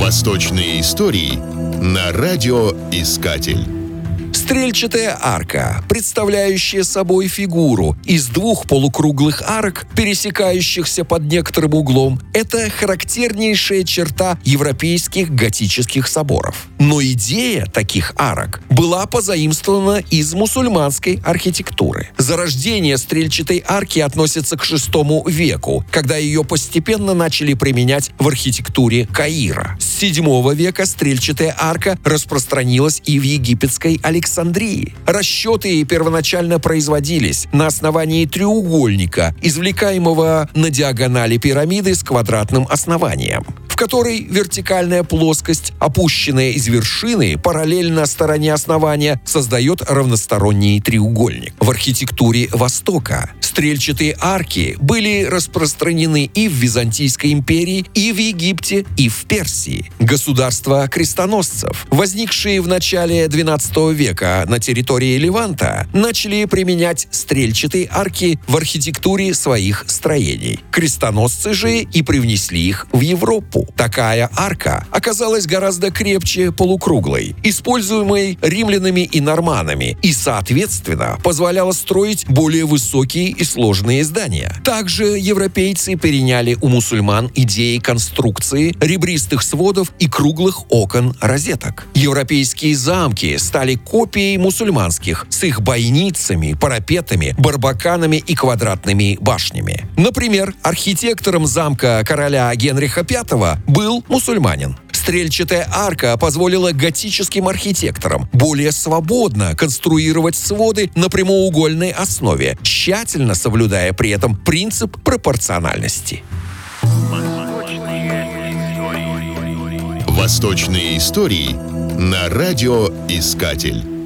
Восточные истории на радиоискатель. Стрельчатая арка, представляющая собой фигуру из двух полукруглых арок, пересекающихся под некоторым углом, это характернейшая черта европейских готических соборов. Но идея таких арок была позаимствована из мусульманской архитектуры. Зарождение стрельчатой арки относится к VI веку, когда ее постепенно начали применять в архитектуре Каира. С VII века стрельчатая арка распространилась и в египетской Александрии. Расчеты первоначально производились на основании треугольника, извлекаемого на диагонали пирамиды с квадратным основанием, в которой вертикальная плоскость, опущенная из вершины параллельно стороне основания, создает равносторонний треугольник. В архитектуре Востока стрельчатые арки были распространены и в Византийской империи, и в Египте, и в Персии. Государства крестоносцев, возникшие в начале XII века на территории Леванта, начали применять стрельчатые арки в архитектуре своих строений. Крестоносцы же и привнесли их в Европу. Такая арка оказалась гораздо крепче полукруглой, используемой римлянами и норманами, и, соответственно, позволяла строить более высокие и сложные здания. Также европейцы переняли у мусульман идеи конструкции ребристых сводов и круглых окон-розеток. Европейские замки стали копией мусульманских с их бойницами, парапетами, барбаканами и квадратными башнями. Например, архитектором замка короля Генриха V был мусульманин. Стрельчатая арка позволила готическим архитекторам более свободно конструировать своды на прямоугольной основе, тщательно соблюдая при этом принцип пропорциональности. Восточные истории на радиоискатель.